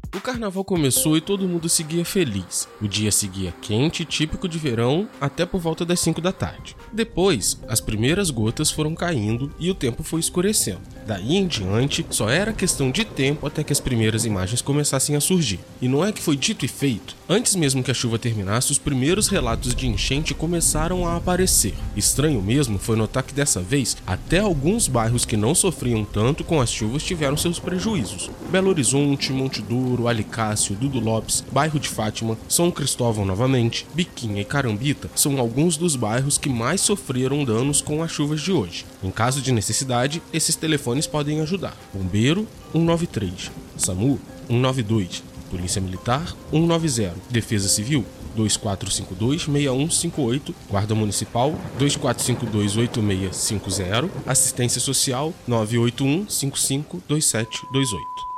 O carnaval começou e todo mundo seguia feliz. O dia seguia quente, típico de verão, até por volta das 5 da tarde. Depois, as primeiras gotas foram caindo e o tempo foi escurecendo. Daí em diante, só era questão de tempo até que as primeiras imagens começassem a surgir. E não é que foi dito e feito. Antes mesmo que a chuva terminasse, os primeiros relatos de enchente começaram a aparecer. Estranho mesmo foi notar que dessa vez, até alguns bairros que não sofriam tanto com as chuvas tiveram seus prejuízos. Belo Horizonte, Monte Duro, Alicácio, Dudu Lopes, bairro de Fátima, São Cristóvão novamente, Biquinha e Carambita são alguns dos bairros que mais sofreram danos com as chuvas de hoje. Em caso de necessidade, esses telefones podem ajudar. Bombeiro 193, SAMU 192, Polícia Militar 190, Defesa Civil 2452-6158, Guarda Municipal 2452-8650, Assistência Social 981-552728.